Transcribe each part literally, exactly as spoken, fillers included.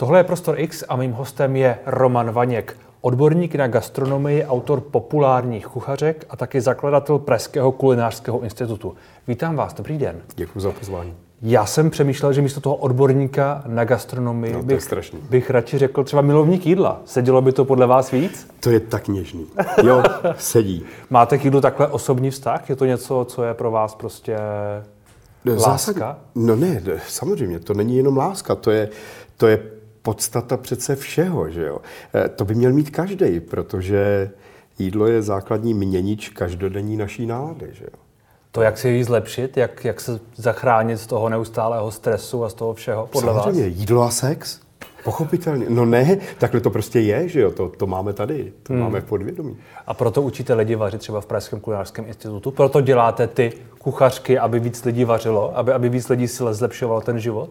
Tohle je Prostor X a mým hostem je Roman Vaněk, odborník na gastronomii, autor populárních kuchařek a taky zakladatel Pražského kulinářského institutu. Vítám vás, dobrý den. Děkuji za pozvání. Já jsem přemýšlel, že místo toho odborníka na gastronomii no, bych, bych radši řekl třeba milovník jídla. Sedělo by to podle vás víc? To je tak něžný. Jo, sedí. Máte k jídlu takhle osobní vztah? Je to něco, co je pro vás prostě láska? Zásad, no ne, samozřejmě, to není jenom láska, to je, to je podstata přece všeho, že jo. To by měl mít každej, protože jídlo je základní měnič každodenní naší nálady, že jo. To, jak si ji zlepšit, jak, jak se zachránit z toho neustálého stresu a z toho všeho, podle vás? Samozřejmě, jídlo a sex, pochopitelně. No ne, takhle to prostě je, že jo, to, to máme tady, to hmm. máme v podvědomí. A proto učíte lidi vařit třeba v Pražském kulinářském institutu? Proto děláte ty kuchařky, aby víc lidí vařilo, aby, aby víc lidí si zlepšoval ten život?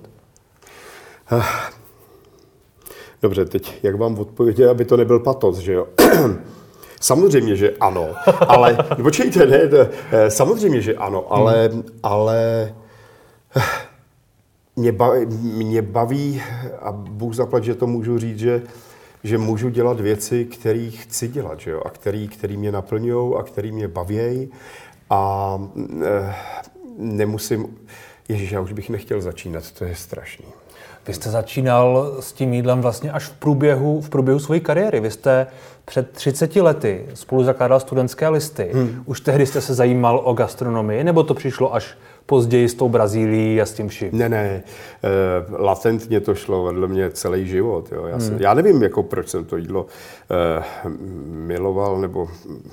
Dobře, teď jak vám odpovědět, aby to nebyl patos, že jo? Samozřejmě, že ano, ale, počkejte, ne, samozřejmě, že ano, ale, hmm. ale mě, baví, mě baví, a Bůh zaplať, že to můžu říct, že, že můžu dělat věci, které chci dělat, že jo, a který, který mě naplňují a který mě baví a e, nemusím, ježiš, já už bych nechtěl začínat, to je strašný. Vy jste začínal s tím jídlem vlastně až v průběhu, v průběhu své kariéry. Vy jste před třiceti lety spolu zakládal Studentské listy. Hmm. Už tehdy jste se zajímal o gastronomii, nebo to přišlo až později s tou Brazílií a s tím vším? Ne, ne. E, latentně to šlo vedle mě celý život. Jo. Já, jsem, hmm. já nevím, jako, proč jsem to jídlo e, miloval, nebo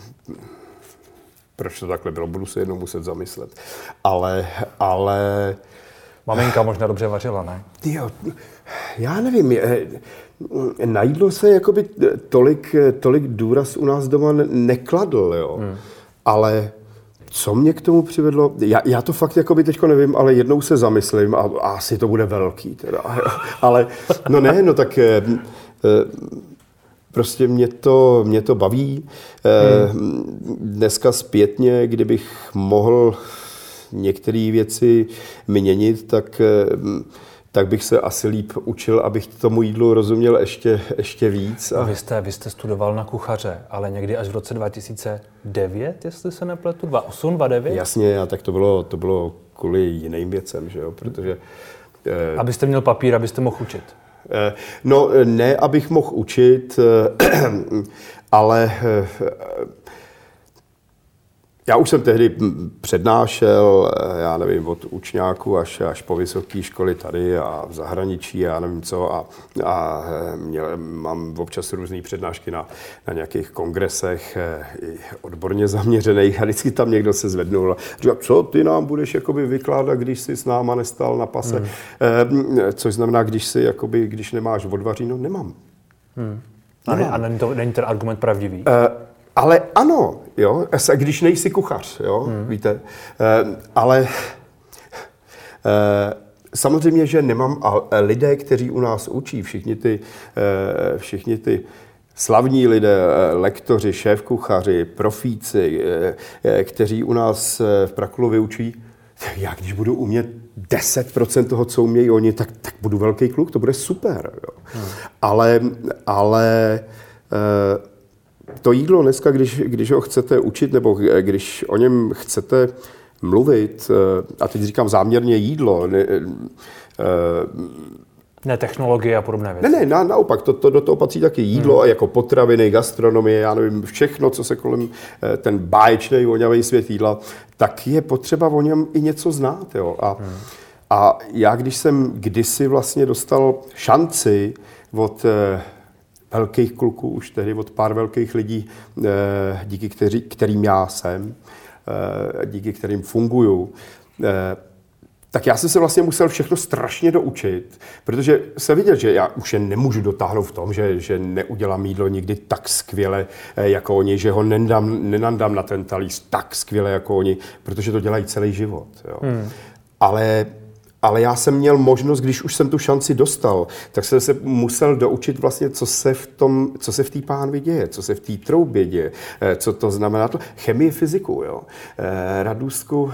proč to takhle bylo. Budu se jednou muset zamyslet. Ale... ale Maminka možná dobře vařila, ne? Jo, já nevím. Na jídlo se jakoby tolik, tolik důraz u nás doma nekladl, jo. Hmm. Ale co mě k tomu přivedlo? Já, já to fakt jakoby teďko nevím, ale jednou se zamyslím a, a asi to bude velký teda. Ale no ne, no tak e, prostě mě to, mě to baví. Hmm. Dneska zpětně, kdybych mohl některé věci měnit, tak, tak bych se asi líp učil, abych tomu jídlu rozuměl ještě, ještě víc. A... Vy jste, vy jste studoval na kuchaře, ale někdy až v roce dva tisíce devět, jestli se nepletu, dva tisíce osm, dva tisíce devět? Jasně, a tak to bylo, to bylo kvůli jiným věcem, že jo, protože... Eh, abyste měl papír, abyste mohl učit. Eh, no, ne, abych mohl učit, eh, ale... Eh, Já už jsem tehdy přednášel, já nevím, od učňáku až, až po vysoké školy tady a v zahraničí a já nevím co. A, a měl, mám občas různé přednášky na, na nějakých kongresech i odborně zaměřených a vždycky tam někdo se zvednul a říkal, co ty nám budeš jakoby vykládat, když jsi s náma nestál na pase. Hmm. E, což znamená, když, si, jakoby, když nemáš odvaří, no nemám. Hmm. A, ne, a není, to, není ten argument pravdivý? E, Ale ano, jo, když nejsi kuchař, jo, hmm. víte, e, ale e, samozřejmě, že nemám, a lidé, kteří u nás učí, všichni ty, e, všichni ty slavní lidé, lektoři, šéfkuchaři, profíci, e, kteří u nás v Prakulu vyučí, já když budu umět deset procent toho, co umějí oni, tak, tak budu velký kluk, to bude super, jo. Hmm. Ale, ale e, to jídlo dneska, když, když ho chcete učit, nebo když o něm chcete mluvit, a teď říkám záměrně jídlo, ne, ne technologie a podobné věci. Ne, ne, na, naopak, to, to do toho patří taky jídlo hmm. a jako potraviny, gastronomie, já nevím, všechno, co se kolem ten báječný, voňavý svět jídla, tak je potřeba o něm i něco znát, jo. A, hmm. a já, když jsem kdysi vlastně dostal šanci od velkých kluků, už tehdy od pár velkých lidí, díky kteří, kterým já jsem, díky kterým funguju, tak já jsem se vlastně musel všechno strašně doučit, protože jsem viděl, že já už je nemůžu dotáhnout v tom, že, že neudělám jídlo nikdy tak skvěle jako oni, že ho nenadám, nenadám na ten talíř tak skvěle jako oni, protože to dělají celý život. Jo. Hmm. Ale Ale já jsem měl možnost, když už jsem tu šanci dostal, tak jsem se musel doučit vlastně, co se v tom, co se v té pánvi děje, co se v té troubě děje, co to znamená to chemii, fyziku, jo. Radůstku,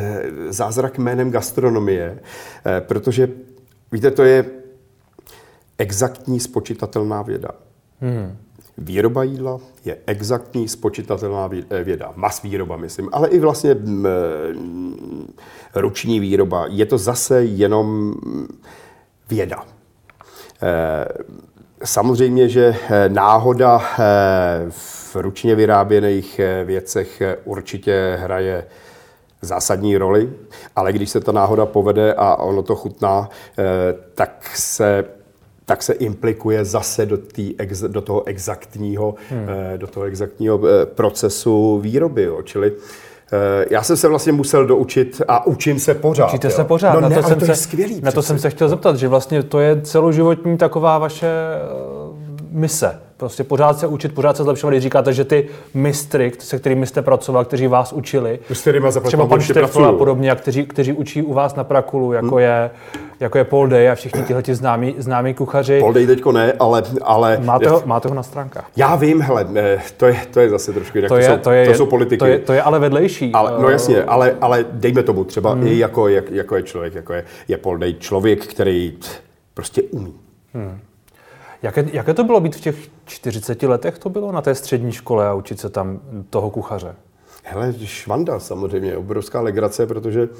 zázrak jménem gastronomie, protože víte, to je exaktní spočitatelná věda. Hmm. Výroba jídla je exaktní spočitatelná věda. Mas výroba, myslím, ale i vlastně m, ruční výroba. Je to zase jenom věda. E, samozřejmě, že náhoda v ručně vyráběných věcech určitě hraje zásadní roli, ale když se ta náhoda povede a ono to chutná, tak se tak se implikuje zase do, tý, do toho exaktního, hmm. do toho exaktního procesu výroby. Jo. Čili já jsem se vlastně musel doučit a učím se pořád. Učíte jo. se pořád. No na ne, to, jsem to se, je skvělý. na to jsem se chtěl zeptat, že vlastně to je celoživotní taková vaše mise. Prostě pořád se učit, pořád se zlepšovat. Když říkáte, že ty mistry, se kterými jste pracoval, kteří vás učili, třeba pan Šterfl a podobně, kteří, kteří učí u vás na Prakulu, jako hmm. je jako je Paul Day a všichni tihleti známí, známí kuchaři. Paul Day teďko ne, ale... ale máte, ho, máte ho na stránkách. Já vím, hele, to je, to je zase trošku jinak, to, je, to, jsou, to, je, to jsou politiky. To je, to je ale vedlejší. Ale, no jasně, ale, ale dejme tomu třeba hmm. i jako, jak, jako je člověk, jako je, je Paul Day člověk, který prostě umí. Hmm. Jaké, jaké to bylo být v těch čtyřiceti letech, to bylo na té střední škole a učit se tam toho kuchaře? Hele, švanda samozřejmě, obrovská legrace, protože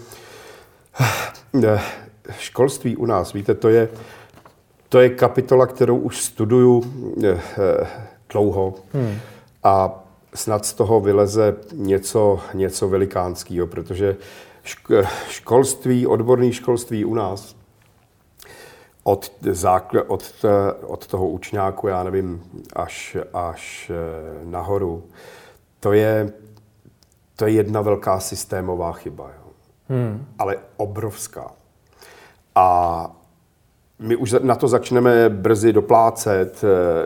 školství u nás, víte, to je, to je kapitola, kterou už studuju eh, dlouho hmm. a snad z toho vyleze něco, něco velikánského, protože školství, odborné školství u nás od, zákl, od, od toho učňáku, já nevím, až, až nahoru, to je, to je jedna velká systémová chyba, jo. Hmm. Ale obrovská. A my už na to začneme brzy doplácet.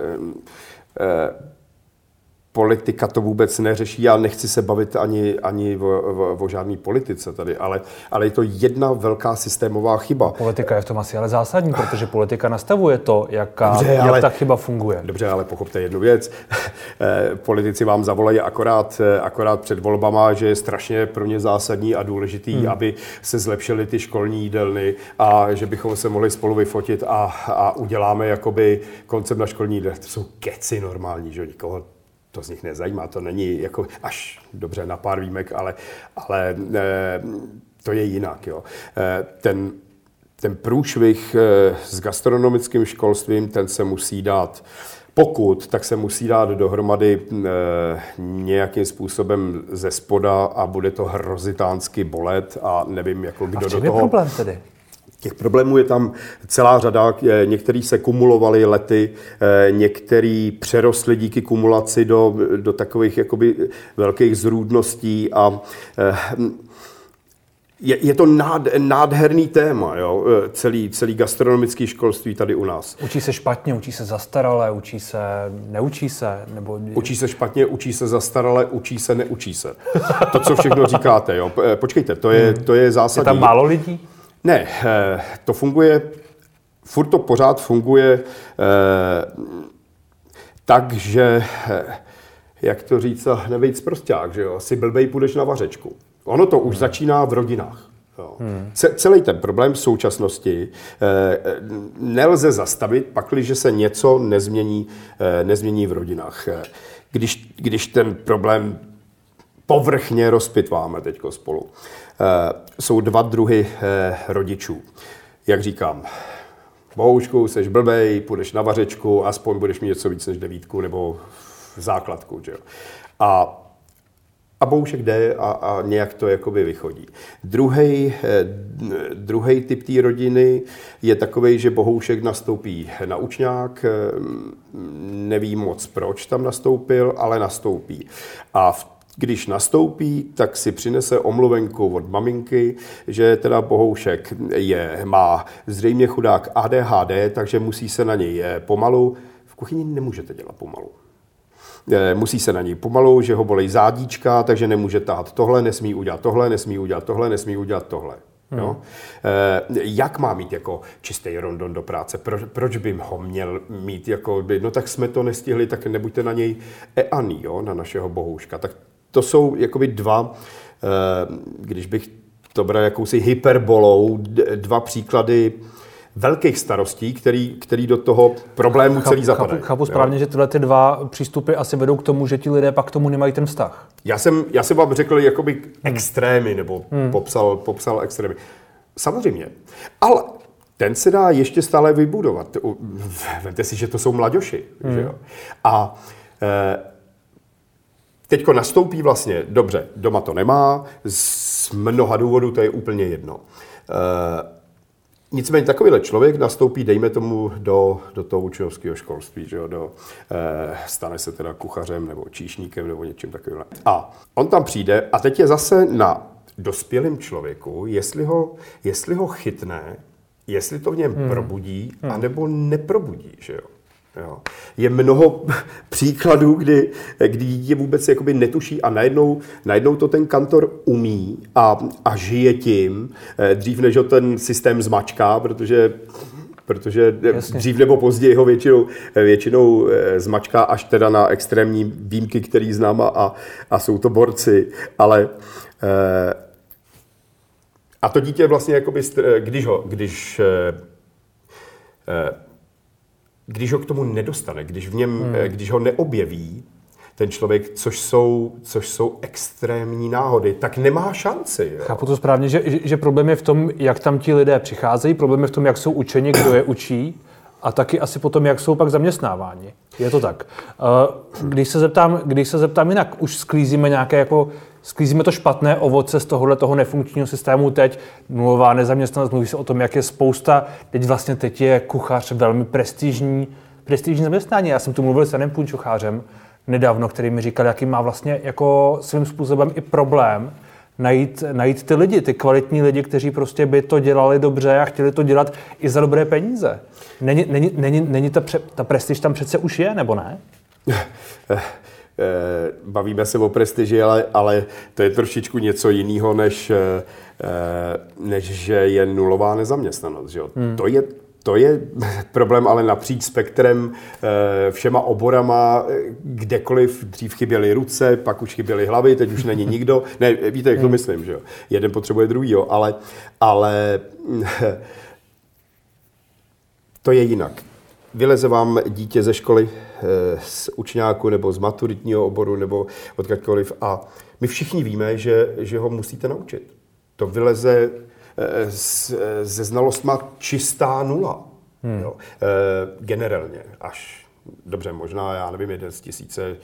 Politika to vůbec neřeší. Já nechci se bavit ani, ani o, o, o žádné politice tady, ale, ale je to jedna velká systémová chyba. Politika je v tom asi ale zásadní, protože politika nastavuje to, jaká, dobře, jak ale, ta chyba funguje. Dobře, ale pochopte jednu věc. Politici vám zavolají akorát, akorát před volbama, že je strašně pro ně zásadní a důležitý, hmm. aby se zlepšily ty školní jídelny a že bychom se mohli spolu vyfotit a, a uděláme jakoby koncept na školní jídelny. To jsou keci normální, že nikoho to z nich nezajímá, to není jako až dobře na pár výjimek, ale, ale e, to je jinak. Jo. E, ten, ten průšvih e, s gastronomickým školstvím, ten se musí dát, pokud, tak se musí dát dohromady e, nějakým způsobem ze spoda a bude to hrozitánsky bolet a nevím, jako kdo a v čem do toho... je problém tedy? Těch problémů je tam celá řada, některý se kumulovali lety, některý přerostli díky kumulaci do, do takových jakoby velkých zrůdností a je, je to nád, nádherný téma, jo? Celý, celý gastronomický školství tady u nás. Učí se špatně, učí se zastaralé, učí se, neučí se? Nebo... Učí se špatně, učí se zastaralé, učí se, neučí se. To, co všechno říkáte, jo? Počkejte, to je, to je zásadní. Je tam málo lidí? Ne, to funguje, furt to pořád funguje tak, že, jak to říct, nevejc prosták, že jo, si blbej půjdeš na vařečku. Ono to už hmm. začíná v rodinách. Jo. Hmm. Celý ten problém v současnosti nelze zastavit, pakliže se něco nezmění, nezmění v rodinách. Když, když ten problém povrchně rozpitváme teďko spolu. E, jsou dva druhy e, rodičů. Jak říkám, Bohužku, seš blbej, půjdeš na vařečku, aspoň budeš mít něco víc než devítku nebo základku. Že jo? A, a Bohušek jde a, a nějak to jakoby vychodí. Druhý druhý typ té rodiny je takovej, že Bohoušek nastoupí na učňák, neví moc, proč tam nastoupil, ale nastoupí. A v Když nastoupí, tak si přinese omluvenku od maminky, že teda Bohoušek je, má zřejmě chudák A D H D, takže musí se na něj pomalu. V kuchyni nemůžete dělat pomalu. Musí se na něj pomalu, že ho bolí zádíčka, takže nemůže tahat tohle, nesmí udělat tohle, nesmí udělat tohle, nesmí udělat tohle. Hmm. No? Jak má mít jako čistý rondon do práce? Proč, proč by ho měl mít jako, no tak jsme to nestihli, tak nebuďte na něj eaný, jo, na našeho Bohouška. Tak to jsou jakoby dva, když bych to bral jakousi hyperbolou, dva příklady velkých starostí, který, který do toho problému chápu, celý zapadají. Chápu, chápu správně, že tyhle ty dva přístupy asi vedou k tomu, že ti lidé pak k tomu nemají ten vztah. Já jsem, já jsem vám řekl jakoby hmm. extrémy, nebo hmm. popsal, popsal extrémy. Samozřejmě. Ale ten se dá ještě stále vybudovat. Vemte si, že to jsou mladěši. Hmm. Že jo? A e, teďko nastoupí vlastně, dobře, doma to nemá, z mnoha důvodů to je úplně jedno. E, nicméně takovýhle člověk nastoupí, dejme tomu, do, do toho učňovského školství, že jo? Do, e, stane se teda kuchařem nebo číšníkem nebo něčím takovým. A on tam přijde a teď je zase na dospělém člověku, jestli ho, jestli ho chytne, jestli to v něm hmm. probudí, hmm. anebo neprobudí, že jo. Jo. Je mnoho příkladů, kdy, kdy je vůbec jakoby netuší a najednou, najednou to ten kantor umí a, a žije tím, dřív než ho ten systém zmačká, protože, protože dřív nebo později ho většinou, většinou zmačká až teda na extrémní výjimky, který znám a, a jsou to borci, ale a to dítě vlastně jakoby, když ho, když když ho k tomu nedostane, když v něm, hmm. když ho neobjeví ten člověk, což jsou, což jsou extrémní náhody, tak nemá šanci. Jo. Chápu to správně, že, že problém je v tom, jak tam ti lidé přicházejí, problém je v tom, jak jsou učeni, kdo je učí a taky asi potom, jak jsou pak zaměstnáváni. Je to tak. Když se zeptám, když se zeptám jinak, už sklízíme nějaké jako Sklízíme to špatné ovoce z tohohle toho nefunkčního systému teď, nulová nezaměstnanost, mluví se o tom, jak je spousta, teď vlastně teď je kuchař velmi prestižní, prestižní zaměstnání. Já jsem tu mluvil s Janem Punčochářem nedávno, který mi říkal, jaký má vlastně jako svým způsobem i problém najít, najít ty lidi, ty kvalitní lidi, kteří prostě by to dělali dobře a chtěli to dělat i za dobré peníze. Není, není, není, není ta, pře, ta prestiž tam přece už je, nebo ne? Bavíme se o prestiži, ale, ale to je trošičku něco jiného, než, než že je nulová nezaměstnanost. Že? Hmm. To je, to je problém ale napříč spektrem všema oborama, kdekoliv dřív chyběly ruce, pak už chyběly hlavy, teď už není nikdo. Ne, víte, jak to hmm. myslím, že jo? Jeden potřebuje druhýho, ale, ale to je jinak. Vyleze vám dítě ze školy, z učňáku nebo z maturitního oboru nebo odkudkoliv a my všichni víme, že, že ho musíte naučit. To vyleze se znalostma čistá nula. Hmm. Jo. Generálně až, dobře, možná, já nevím, jeden z tisíce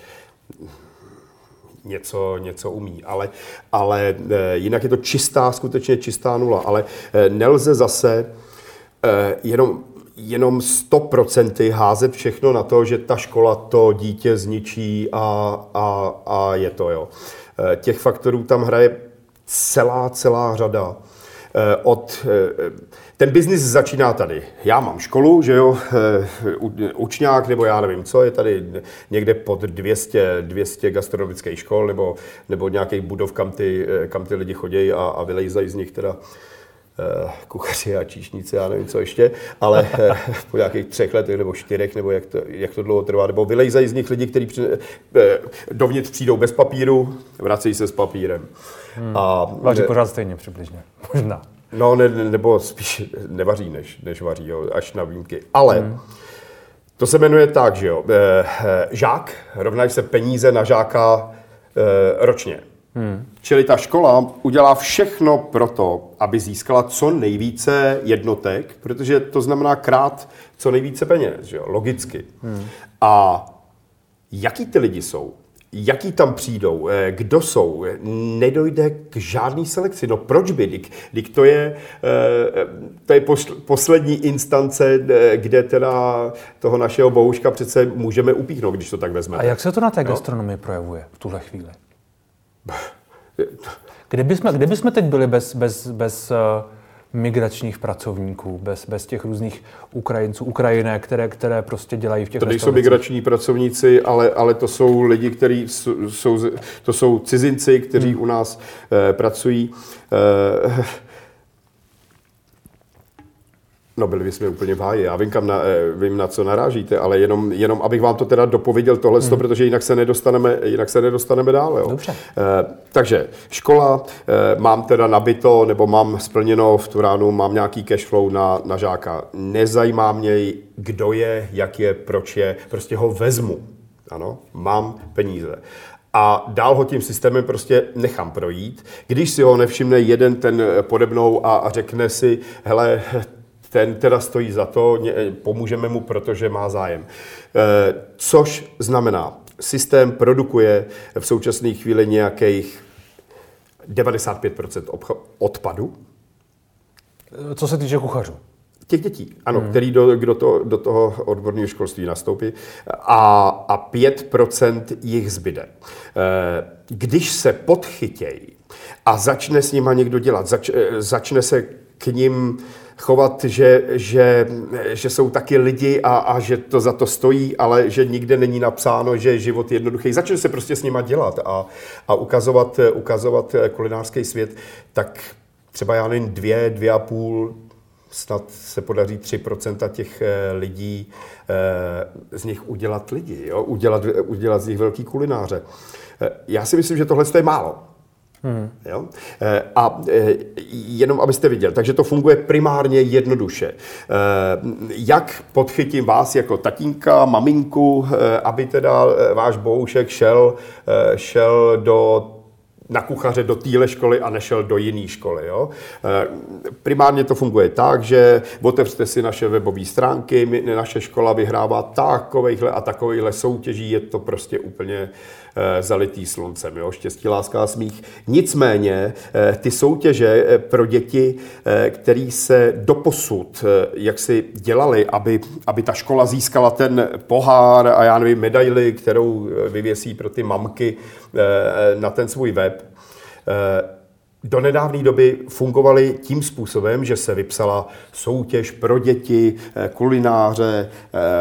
něco, něco umí, ale, ale jinak je to čistá, skutečně čistá nula, ale nelze zase jenom jenom sto procent házet všechno na to, že ta škola to dítě zničí a, a, a je to, jo. Těch faktorů tam hraje celá, celá řada. Od, ten biznis začíná tady. Já mám školu, že jo, učňák, nebo já nevím co, je tady někde pod dvě stě, dvě stě gastronomických škol, nebo, nebo nějakých budov, kam ty, kam ty lidi chodí a, a vylejzají z nich teda kuchaři a číšníci, já nevím, co ještě, ale po nějakých třech letech nebo čtyřech, nebo jak to, jak to dlouho trvá, nebo vylejzají z nich lidi, kteří při, dovnitř přijdou bez papíru, vracejí se s papírem. Hmm. A vaří pořád stejně přibližně, možná. No, ne, nebo spíš nevaří, než, než vaří, jo, až na výjimky. Ale hmm. to se jmenuje tak, že jo, žák rovná se peníze na žáka ročně. Hmm. Čili ta škola udělá všechno pro to, aby získala co nejvíce jednotek, protože to znamená krát co nejvíce peněz, že jo? Logicky. Hmm. A jaký ty lidi jsou? Jaký tam přijdou? Kdo jsou? Nedojde k žádný selekci. No proč by? Když to je, to je poslední instance, kde teda toho našeho bohužka přece můžeme upíchnout, když to tak vezmeme. A jak se to na té gastronomii no? projevuje v tuhle chvíli? Kde bychom, kde bychom teď byli bez, bez, bez uh, migračních pracovníků, bez, bez těch různých Ukrajinců, Ukrajiné, které, které prostě dělají v těch To nejsou migrační pracovníci, ale, ale to jsou lidi, kteří jsou, to jsou cizinci, kteří hmm. u nás uh, pracují. Uh, No, byli bychom úplně v háji. Já vím, kam na, vím, na co narážíte, ale jenom, jenom abych vám to teda dopověděl tohle, hmm. protože jinak se nedostaneme, jinak se nedostaneme dál. Jo. Dobře. Eh, takže škola, eh, mám teda nabito, nebo mám splněno v tu ránu, mám nějaký cash flow na, na žáka. Nezajímá mě, kdo je, jak je, proč je, prostě ho vezmu. Ano, mám peníze. A dál ho tím systémem prostě nechám projít. Když si ho nevšimne jeden ten pode mnou a, a řekne si, hele, ten teda stojí za to, pomůžeme mu, protože má zájem. E, což znamená, systém produkuje v současné chvíli nějakých devadesát pět procent odpadu. Co se týče kuchařů? Těch dětí, ano, hmm. který do, kdo to, do toho odborného školství nastoupí a, a pět procent jich zbyde. E, když se podchytějí a začne s nima někdo dělat, zač, začne se k nim chovat, že, že, že jsou taky lidi a, a že to za to stojí, ale že nikde není napsáno, že je život jednoduchý. Začne se prostě s nima dělat a, a ukazovat, ukazovat kulinářský svět, tak třeba já nevím, dvě, dvě a půl, snad se podaří tři procenta těch lidí z nich udělat lidi, jo? Udělat, udělat z nich velký kulináře. Já si myslím, že tohle je málo. Hmm. Jo? A jenom abyste viděl, takže to funguje primárně jednoduše. Jak podchytím vás jako tatínka, maminku, aby teda váš boušek šel, šel do na kuchaře do téhle školy a nešel do jiné školy. Jo? Primárně to funguje tak, že otevřete si naše webové stránky, my, naše škola vyhrává takovejhle a takovejhle soutěží, je to prostě úplně e, zalitý sluncem. Jo? Štěstí, láska a smích. Nicméně e, ty soutěže e, pro děti, e, který se doposud e, jak si dělali, aby, aby ta škola získala ten pohár a já nevím, medaili, kterou vyvěsí pro ty mamky e, na ten svůj web, do nedávné doby fungovaly tím způsobem, že se vypsala soutěž pro děti, kulináře,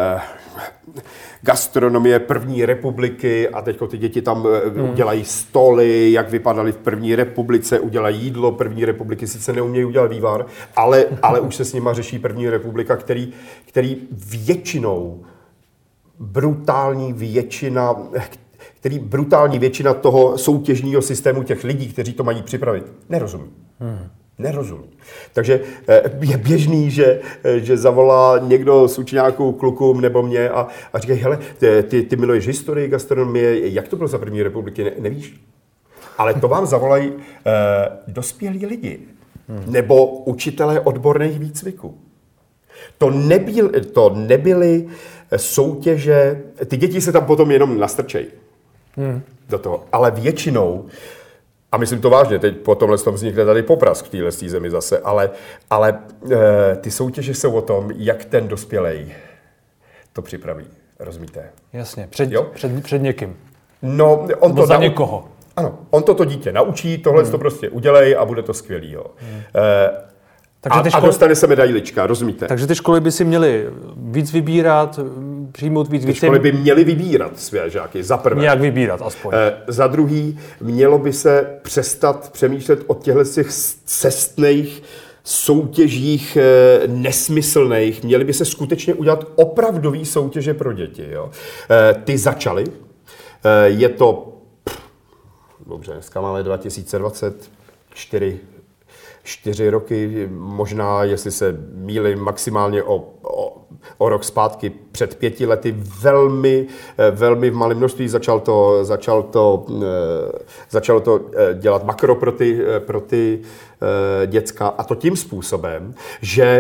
gastronomie první republiky a teď ty děti tam hmm. udělají stoly, jak vypadaly v první republice, udělají jídlo první republiky, sice neumějí udělat vývar, ale, ale už se s nima řeší první republika, který, který většinou, brutální většina, který brutální většina toho soutěžního systému těch lidí, kteří to mají připravit, nerozumí. Hmm. Nerozumí. Takže je běžný, že, že zavolá někdo z učňáků klukům nebo mě a, a říkají, hele, ty, ty, ty miluješ historii, gastronomie, jak to bylo za první republiky, ne, nevíš? Ale to vám zavolají eh, dospělí lidi hmm. nebo učitelé odborných výcviků. To, nebyl, to nebyly soutěže, ty děti se tam potom jenom nastrčejí. Hmm. Do toho. Ale většinou, a myslím to vážně, teď po tomhle tom vznikne tady poprask v téhle zemi zase, ale, ale e, ty soutěže jsou o tom, jak ten dospělej to připraví. Rozumíte? Jasně, před, před, před někým. No, on Nebo to za nau... někoho. Ano, on to to dítě naučí, tohle hmm. to prostě udělej a bude to skvělý. Jo. Hmm. E, Takže ty školy... A dostane se medailička, rozumíte? Takže ty školy by si měly víc vybírat, přijmout víc... Ty školy by měly vybírat své žáky, za prvé. Nějak vybírat aspoň. E, za druhý, mělo by se přestat přemýšlet o těchto těch cestných soutěžích e, nesmyslných. Měly by se skutečně udělat opravdový soutěže pro děti. Jo? E, ty začaly. E, je to... Pff, dobře, dneska máme dva tisíce dvacet čtyři. Čtyři roky, možná, jestli se mýlím, maximálně o, o, o rok zpátky, před pěti lety, velmi, velmi v malém množství začal to, začal to, začalo to dělat makro pro ty, pro ty děcka. A to tím způsobem, že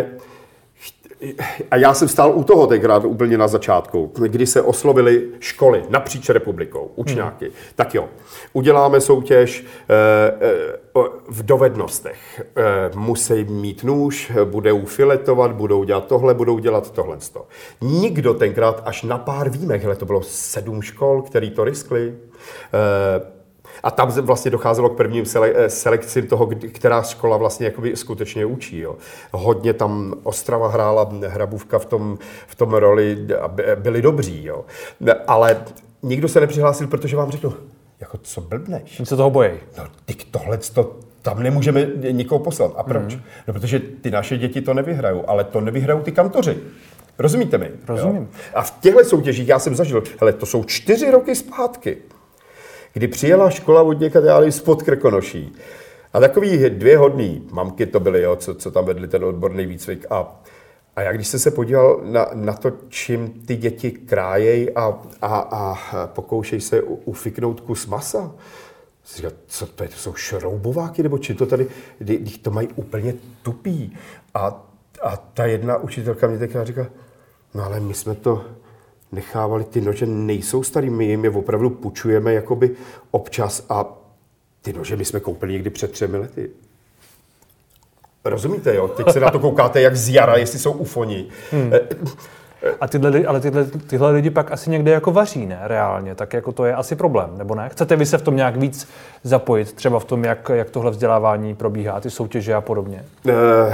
a já jsem stál u toho tenkrát úplně na začátku, kdy se oslovily školy napříč republikou, učňáky. Hmm. Tak jo, uděláme soutěž e, e, v dovednostech. E, musí mít nůž, budou filetovat, budou dělat tohle, budou dělat tohle. Nikdo tenkrát až na pár výjimek, hele, to bylo sedm škol, který to riskli. E, A tam vlastně docházelo k prvním selekcím toho, která škola vlastně jakoby skutečně učí. Jo. Hodně tam Ostrava hrála, Hrabůvka v tom, v tom roli a byli dobří. Jo. Ale nikdo se nepřihlásil, protože vám řekl, jako co blbneš? Oni se toho bojí. No, ty tohle, to, tam nemůžeme nikoho poslat. A proč? Mm. No, protože ty naše děti to nevyhrajou, ale to nevyhrajou ty kantoři. Rozumíte mi? Rozumím. Jo? A v těchto soutěžích já jsem zažil, hele, to jsou čtyři roky zpátky, kdy přijela škola od někud, já nevím, spod Krkonoší. A takový dvě hodný mamky to byly, jo, co, co tam vedli ten odborný výcvik. A, a já když jsem se podíval na, na to, čím ty děti krájejí a, a, a pokoušejí se ufiknout kus masa, jsem říkal, co to je, to jsou šroubováky, nebo čím to tady, když to mají úplně tupý. A, a ta jedna učitelka mě teďka říká, no ale my jsme to nechávali, ty nože nejsou starý, my jim je opravdu půjčujeme jakoby občas a ty nože my jsme koupili někdy před třemi lety. Rozumíte, jo? Teď se na to koukáte jak z jara, jestli jsou ufoni. Hmm. A tyhle, ale tyhle, tyhle lidi pak asi někde jako vaří, ne? Reálně. Tak jako to je asi problém, nebo ne? Chcete vy se v tom nějak víc zapojit? Třeba v tom, jak, jak tohle vzdělávání probíhá, ty soutěže a podobně? Uh...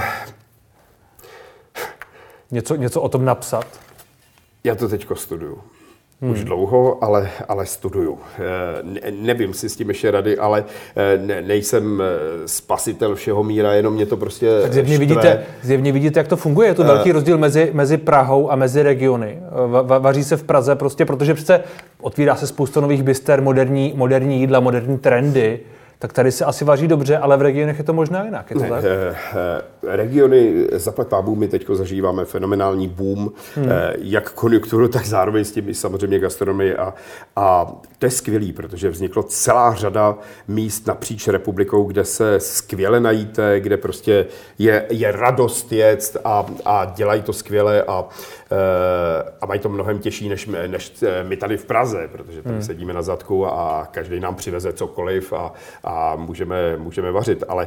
Něco, něco o tom napsat? Já to teďko studuju. Hmm. Už dlouho, ale, ale studuju. Ne, nevím si s tím ještě rady, ale ne, nejsem spasitel všeho míra, jenom mě to prostě tak zjevně vidíte, zjevně vidíte, jak to funguje. Je to velký rozdíl mezi, mezi Prahou a mezi regiony. Va, vaří se v Praze prostě, protože přece otvírá se spousta nových bister, moderní, moderní jídla, moderní trendy. Tak tady se asi vaří dobře, ale v regionech je to možná jinak. Je to tak? Regiony, zaplať pábů, my teď zažíváme fenomenální boom, hmm. jak konjunkturu, tak zároveň s tím samozřejmě gastronomii. A, a to je skvělý, protože vzniklo celá řada míst napříč republikou, kde se skvěle najíte, kde prostě je, je radost jet a, a dělají to skvěle a, a mají to mnohem těžší, než, než my tady v Praze, protože tady hmm. sedíme na zadku a každý nám přiveze cokoliv a, a můžeme, můžeme vařit. Ale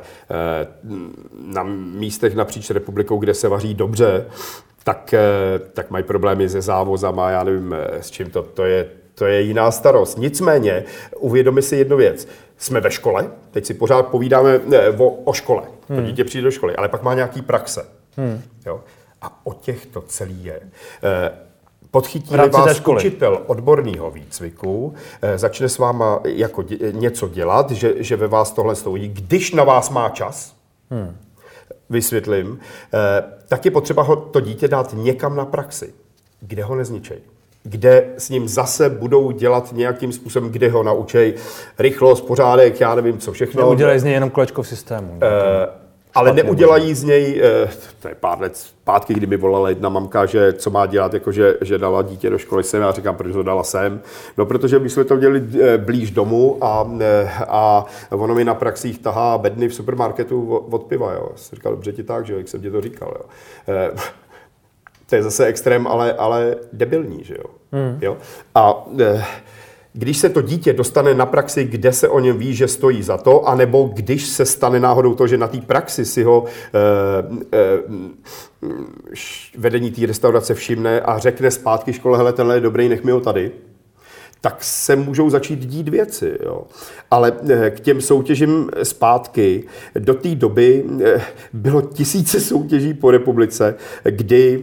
na místech napříč republikou, kde se vaří dobře, tak, tak mají problémy se závozama, já nevím, s čím to, to je. To je jiná starost. Nicméně, uvědomi si jednu věc. Jsme ve škole, teď si pořád povídáme ne, o, o škole. Hmm. To dítě přijde do školy, ale pak má nějaký praxe. Hmm. Jo? A o těch to celý je. Podchytí vás učitel odborného výcviku, začne s váma jako dě, něco dělat, že, že ve vás tohle stojí, když na vás má čas, hmm. vysvětlím, tak je potřeba ho, to dítě dát někam na praxi, kde ho nezničej. Kde s ním zase budou dělat nějakým způsobem, kde ho naučej rychlost, pořádek, já nevím, co všechno. Neudělají z něj jenom kolečko v systému. Uh, ale neudělají z něj, uh, to je pár let zpátky, kdy mi volala jedna mamka, že co má dělat, jako že, že dala dítě do školy sem, já říkám, proč ho dala sem. No, protože my jsme to dělali blíž domů a, a ono mi na praxích tahá bedny v supermarketu od piva, jo. Já jsem říkal, dobře ti tak, že jak jsem ti to říkal, jo. Uh, To je zase extrém, ale, ale debilní, že jo? Hmm. jo? A e, když se to dítě dostane na praxi, kde se o něm ví, že stojí za to, anebo když se stane náhodou to, že na té praxi si ho e, e, vedení té restaurace všimne a řekne zpátky škole, hele, tenhle je dobrý, nech mi ho tady, tak se můžou začít dít věci. Jo. Ale k těm soutěžím zpátky, do té doby bylo tisíce soutěží po republice, kdy,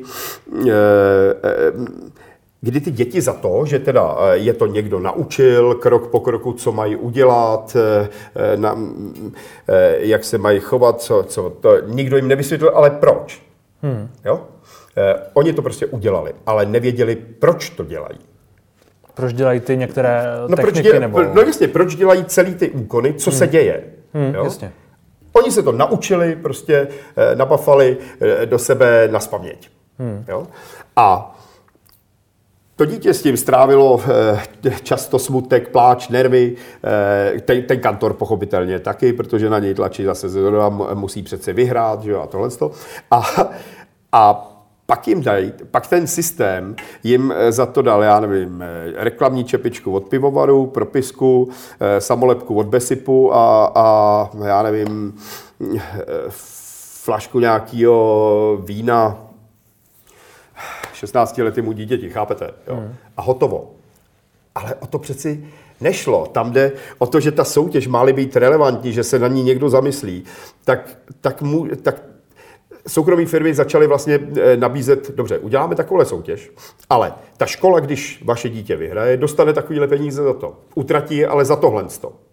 kdy ty děti za to, že teda je to někdo naučil, krok po kroku, co mají udělat, na, jak se mají chovat, co, co to nikdo jim nevysvětlil, ale proč. Hmm. Jo? Oni to prostě udělali, ale nevěděli, proč to dělají. Proč dělají ty některé no techniky? Proč děla, nebo... No jasně, proč dělají celý ty úkony, co hmm. se děje. Hmm, jo? Jasně. Oni se to naučili, prostě napafali do sebe naspaměť. Hmm. Jo? A to dítě s tím strávilo často smutek, pláč, nervy, ten, ten kantor pochopitelně taky, protože na něj tlačí zase a musí přece vyhrát, že jo, a tohle. A, a pak jim dají, pak ten systém jim za to dal, já nevím, reklamní čepičku od pivovaru, propisku, samolepku od Besipu a, a já nevím, flašku nějakého vína šestnáctiletému dítěti, chápete? Jo? Hmm. A hotovo. Ale o to přeci nešlo. Tam jde o to, že ta soutěž má-li být relevantní, že se na ní někdo zamyslí, tak, tak, mu, tak soukromé firmy začaly vlastně nabízet, dobře, uděláme takovouhle soutěž, ale ta škola, když vaše dítě vyhraje, dostane takovýhle peníze za to. Utratí je ale za tohle.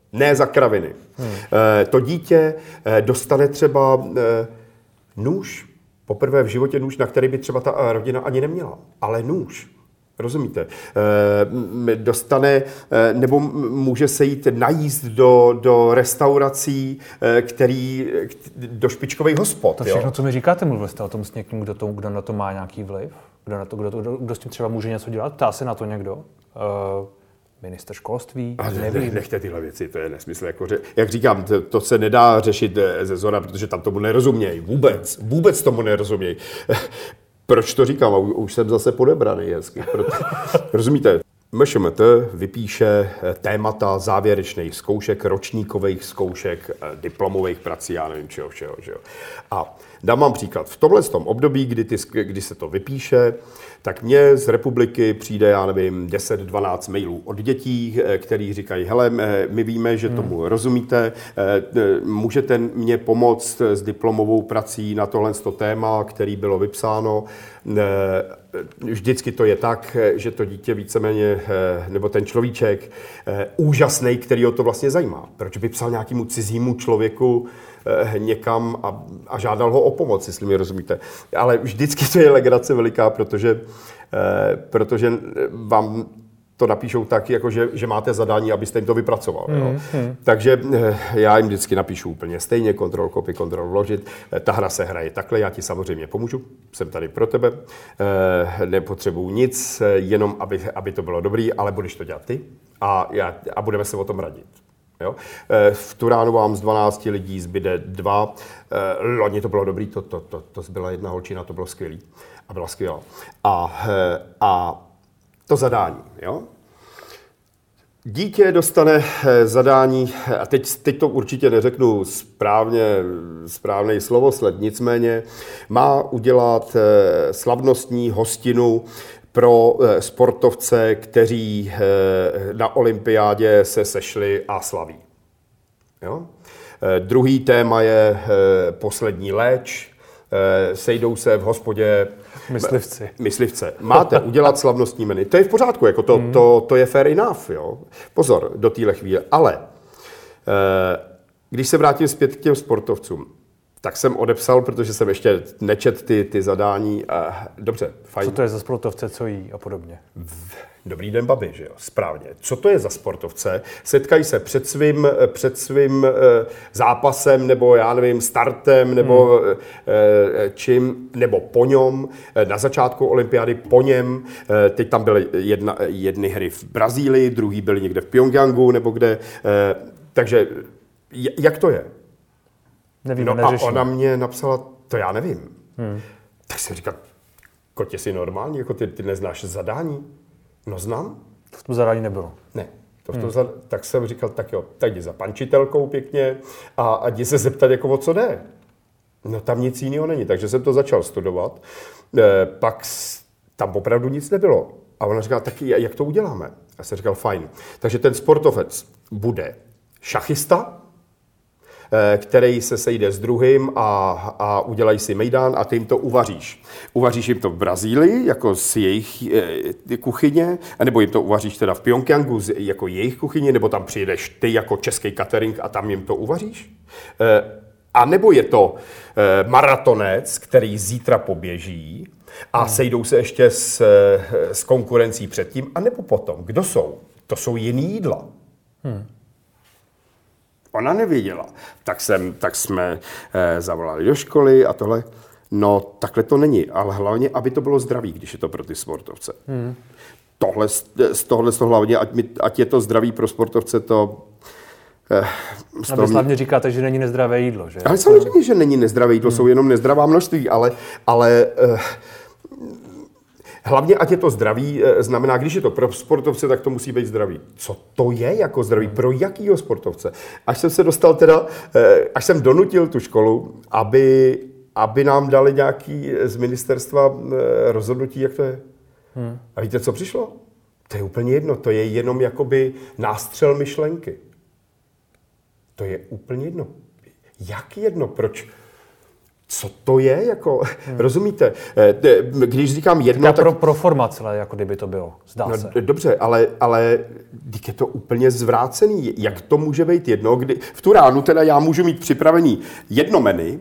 Ne za kraviny. Hmm. To dítě dostane třeba nůž, poprvé v životě nůž, na který by třeba ta rodina ani neměla, ale nůž. Rozumíte? Dostane, nebo může se jít najíst do, do restaurací, který, do špičkových hospod. To všechno, jo? Co mi říkáte, mluvil jste o tom s někým, kdo, to, kdo na to má nějaký vliv? Kdo, na to, kdo, kdo, kdo s tím třeba může něco dělat? Ptá se na to někdo? Uh, minister školství? A ne, nechte tyhle věci, to je nesmysl. Jako, že, jak říkám, to, to se nedá řešit ze zhora, protože tam tomu nerozumějí. Vůbec, vůbec tomu nerozumějí. Proč to říkám? Už jsem zase podebraný hezky. Proto, rozumíte? M Š M T vypíše témata závěrečných zkoušek, ročníkových zkoušek, diplomových prací, já nevím čeho všeho. Že jo. A dám vám příklad. V tomhle tom období, kdy, ty, kdy se to vypíše, tak mně z republiky přijde, já nevím, deset dvanáct mailů od dětí, který říkají, hele, my víme, že tomu hmm. rozumíte, můžete mě pomoct s diplomovou prací na tohle téma, který bylo vypsáno. Vždycky to je tak, že to dítě víceméně, nebo ten človíček, úžasný, který ho to vlastně zajímá. Proč by psal nějakému cizímu člověku někam a, a žádal ho o pomoc, jestli mi rozumíte. Ale vždycky to je legrace veliká, protože, protože vám to napíšou tak, jako že, že máte zadání, abyste jim to vypracoval. Mm, jo. Mm. Takže já jim vždycky napíšu úplně stejně, kontrol, copy, kontrol, vložit. Ta hra se hraje takhle, já ti samozřejmě pomůžu, jsem tady pro tebe, nepotřebuju nic, jenom aby, aby to bylo dobrý, ale budeš to dělat ty a, já, a budeme se o tom radit. Jo? V Turánu vám z dvanácti lidí zbyde dva. Loni to bylo dobrý, to, to, to, to byla jedna holčina, to bylo skvělý a byla skvělá. A, a to zadání, jo? Dítě dostane zadání, a teď, teď to určitě neřeknu správně, správný slovosled, nicméně má udělat slavnostní hostinu pro sportovce, kteří na olympiádě se sešli a slaví. Jo? Druhý téma je poslední léč, sejdou se v hospodě myslivci. Myslivce. Máte udělat slavnostní menu. To je v pořádku, jako to, mm. to, to je fair enough. Jo? Pozor, do téhle chvíle. Ale když se vrátím zpět k těm sportovcům, tak jsem odepsal, protože jsem ještě nečet ty, ty zadání. Dobře, fajn. Co to je za sportovce, co jí a podobně? Dobrý den, babi, že jo? Správně. Co to je za sportovce? Setkají se před svým, před svým zápasem, nebo já nevím, startem, nebo hmm. čím, nebo po něm. Na začátku olympiády po něm. Teď tam byly jedna, jedny hry v Brazílii, druhý byly někde v Pyongyangu, nebo kde. Takže jak to je? Nevím, no neřeším. A ona mě napsala, to já nevím. Hmm. Tak jsem říkal, kotě, jsi normální, jako ty, ty neznáš zadání? No znám. To v tom zadání nebylo. Ne. To v tom hmm. zad... Tak jsem říkal, tak jo, tak jdi za pančitelkou pěkně a, a jdi se zeptat, jako o co jde. No tam nic jiného není, takže jsem to začal studovat. E, pak tam opravdu nic nebylo. A ona říkala, tak jak to uděláme? A jsem říkal, fajn. Takže ten sportovec bude šachista, který se sejde s druhým a, a udělají si mejdán a ty jim to uvaříš. Uvaříš jim to v Brazílii, jako z jejich e, kuchyně, nebo jim to uvaříš teda v Pyongyangu z, jako jejich kuchyně, nebo tam přijedeš ty jako český catering a tam jim to uvaříš. E, a nebo je to e, maratonec, který zítra poběží a hmm. sejdou se ještě s, s konkurencí předtím, a nebo potom. Kdo jsou? To jsou jiný jídla. Hmm. Ona nevěděla. Tak, jsem, tak jsme eh, zavolali do školy a tohle. No, takhle to není. Ale hlavně, aby to bylo zdraví, když je to pro ty sportovce. Hmm. Tohle, z tohle z toho hlavně, ať, mi, ať je to zdraví pro sportovce, to... Eh, a vy slavně říkáte, že není nezdravé jídlo, že? Ale samozřejmě, že není nezdravé jídlo, hmm. jsou jenom nezdravá množství, ale... ale eh, hlavně, ať je to zdraví, znamená, když je to pro sportovce, tak to musí být zdraví. Co to je jako zdraví? Pro jakýho sportovce? Až jsem se dostal teda, až jsem donutil tu školu, aby, aby nám dali nějaký z ministerstva rozhodnutí, jak to je. Hmm. A víte, co přišlo? To je úplně jedno. To je jenom jakoby nástřel myšlenky. To je úplně jedno. Jak jedno? Proč? co to je, jako, hmm. rozumíte? Když říkám jedno, tak... tak... Pro, pro formace, jako kdyby to bylo, zdá no, se. Dobře, ale, ale je to úplně zvrácený. Jak to může být jedno, kdy v tu ránu teda já můžu mít připravený jedno menu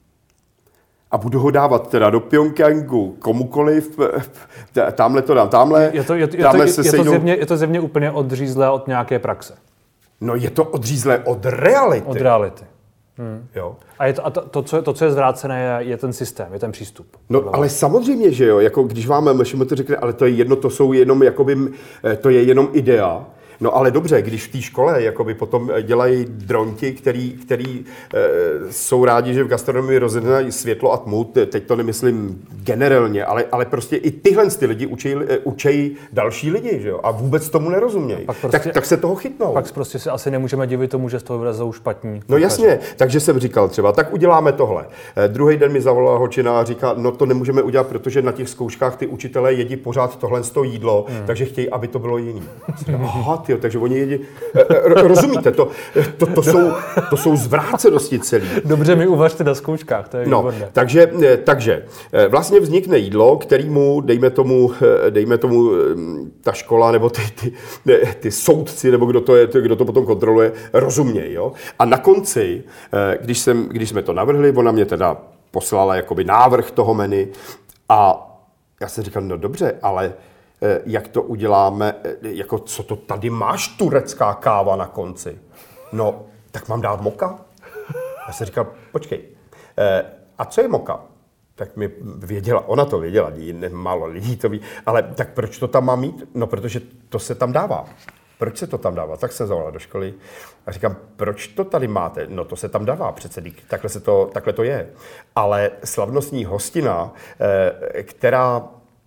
a budu ho dávat teda do Pjongjangu komukoliv, tamhle to dám, tamhle, je to, je, je, tamhle to, se je, sejdou... to zjevně, je to zjevně úplně odřízlé od nějaké praxe. No je to odřízlé od reality. Od reality. Hmm. Jo. A, je to, a to, to, co je, to, co je zvrácené, je, je ten systém, je ten přístup. No, ale samozřejmě, že jo, jako když vám M Š M T řekne, ale to je jedno, to jsou jenom, jakoby, to je jenom idea. No ale dobře, když v té škole jakoby potom dělají dronti, který, který e, jsou rádi, že v gastronomii rozjednají světlo a tmu, teď to nemyslím generálně, ale, ale prostě i tyhle ty lidi učí, učejí další lidi, že jo, a vůbec tomu nerozumějí. Prostě, tak, tak se toho chytnou. Pak prostě si asi nemůžeme divit tomu, že z toho vylezou špatní. No jasně, takže jsem říkal třeba, tak uděláme tohle. E, druhý den mi zavolala holčina a říká, no to nemůžeme udělat, protože na těch zkouškách ty učitelé jedí pořád tohle z toho jídlo, hmm. takže chtějí, aby to bylo jiný. Aha, tyjo, takže oni jedí, rozumíte, to, to, to, jsou, to jsou zvrácenosti celý. Dobře mi uvařte na zkouškách, to je no, výborné. takže, takže vlastně vznikne jídlo, kterýmu, dejme tomu, dejme tomu ta škola nebo ty, ty, ty soudci, nebo kdo to je, kdo to potom kontroluje, rozumějí. Jo? A na konci, když, jsem, když jsme to navrhli, ona mě teda poslala jakoby návrh toho menu a já jsem říkal, no dobře, ale jak to uděláme, jako co to tady máš, turecká káva na konci? No, tak mám dát moka? Já jsem říkal, počkej, a co je moka? Tak mi věděla, ona to věděla, málo lidí to ví, ale tak proč to tam má mít? No, protože to se tam dává. Proč se to tam dává? Tak jsem zavolal do školy a říkám, proč to tady máte? No to se tam dává přece, takhle, se to, takhle to je. Ale slavnostní hostina, která...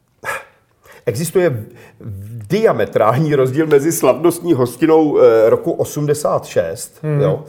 Existuje diametrální rozdíl mezi slavnostní hostinou roku osmdesát šest hmm. jo,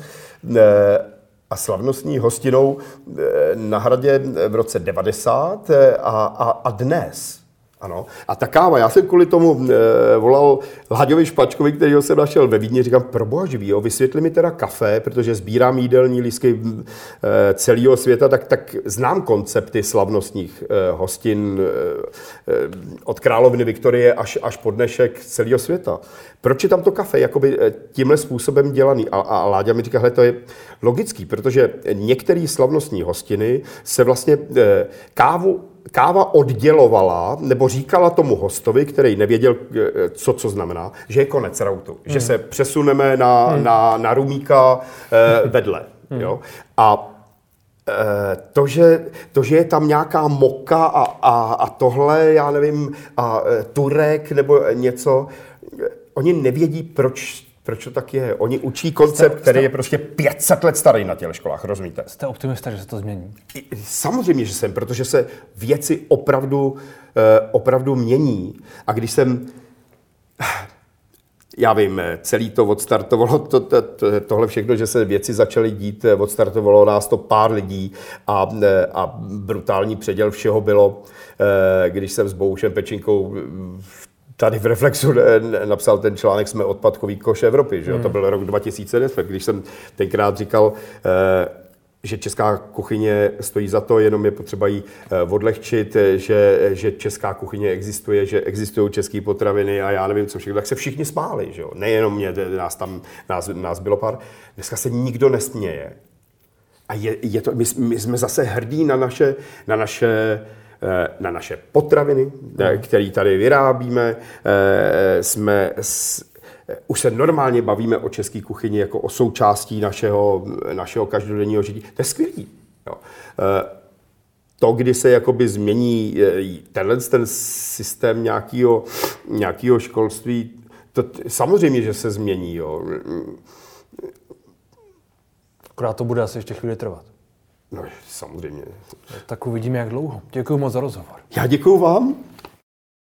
a slavnostní hostinou na Hradě v roce devadesát a, a, a dnes. Ano. A ta káva, já jsem kvůli tomu e, volal Láďovi Špačkovi, kterýho jsem našel ve Vídni, říkám, proboha živý, jo, vysvětli mi teda kafe, protože sbírám jídelní lístky e, celého světa, tak, tak znám koncepty slavnostních e, hostin e, e, od královny Viktorie až, až po dnešek celého světa. Proč je tam to kafe jakoby tímhle způsobem dělaný? A, a Láďa mi říká, hele, to je logický, protože některé slavnostní hostiny se vlastně e, kávu Káva oddělovala, nebo říkala tomu hostovi, který nevěděl, co co znamená, že je konec rautu. Mm. Že se přesuneme na, mm. na, na rumíka eh, vedle. Mm. Jo? A eh, to, že, to, že je tam nějaká moka a, a, a tohle, já nevím, a eh, turek nebo něco, oni nevědí, proč Proč to tak je? Oni učí koncept, jste, který jste, je prostě pět set let starý na těch školách, rozumíte? Jste optimista, že se to změní? Samozřejmě, že jsem, protože se věci opravdu, opravdu mění. A když jsem, já vím, celý to odstartovalo, to, to, to, tohle všechno, že se věci začaly dít, odstartovalo nás to pár lidí a, a brutální předěl všeho bylo, když jsem s Bohušem Pečinkou tady v Reflexu napsal ten článek Jsme odpadkový koš Evropy, že jo? Hmm. To byl rok dva tisíce deset, když jsem tenkrát říkal, že česká kuchyně stojí za to, jenom je potřeba jí odlehčit, že, že česká kuchyně existuje, že existují české potraviny a já nevím, co všechno, tak se všichni smáli, že jo? Nejenom mě, nás tam, nás, nás bylo pár. Dneska se nikdo nesměje. A je, je to, my, my jsme zase hrdí na naše, na naše na naše potraviny, které tady vyrábíme. Jsme, už se normálně bavíme o české kuchyni jako o součástí našeho, našeho každodenního žití. To je skvělý. Jo. To, kdy se jakoby změní tenhle ten systém nějakého, nějakého školství, to samozřejmě, že se změní. Jo. Akorát to bude asi ještě chvíli trvat. No, samozřejmě. Tak uvidíme, jak dlouho. Děkuji moc za rozhovor. Já děkuji vám.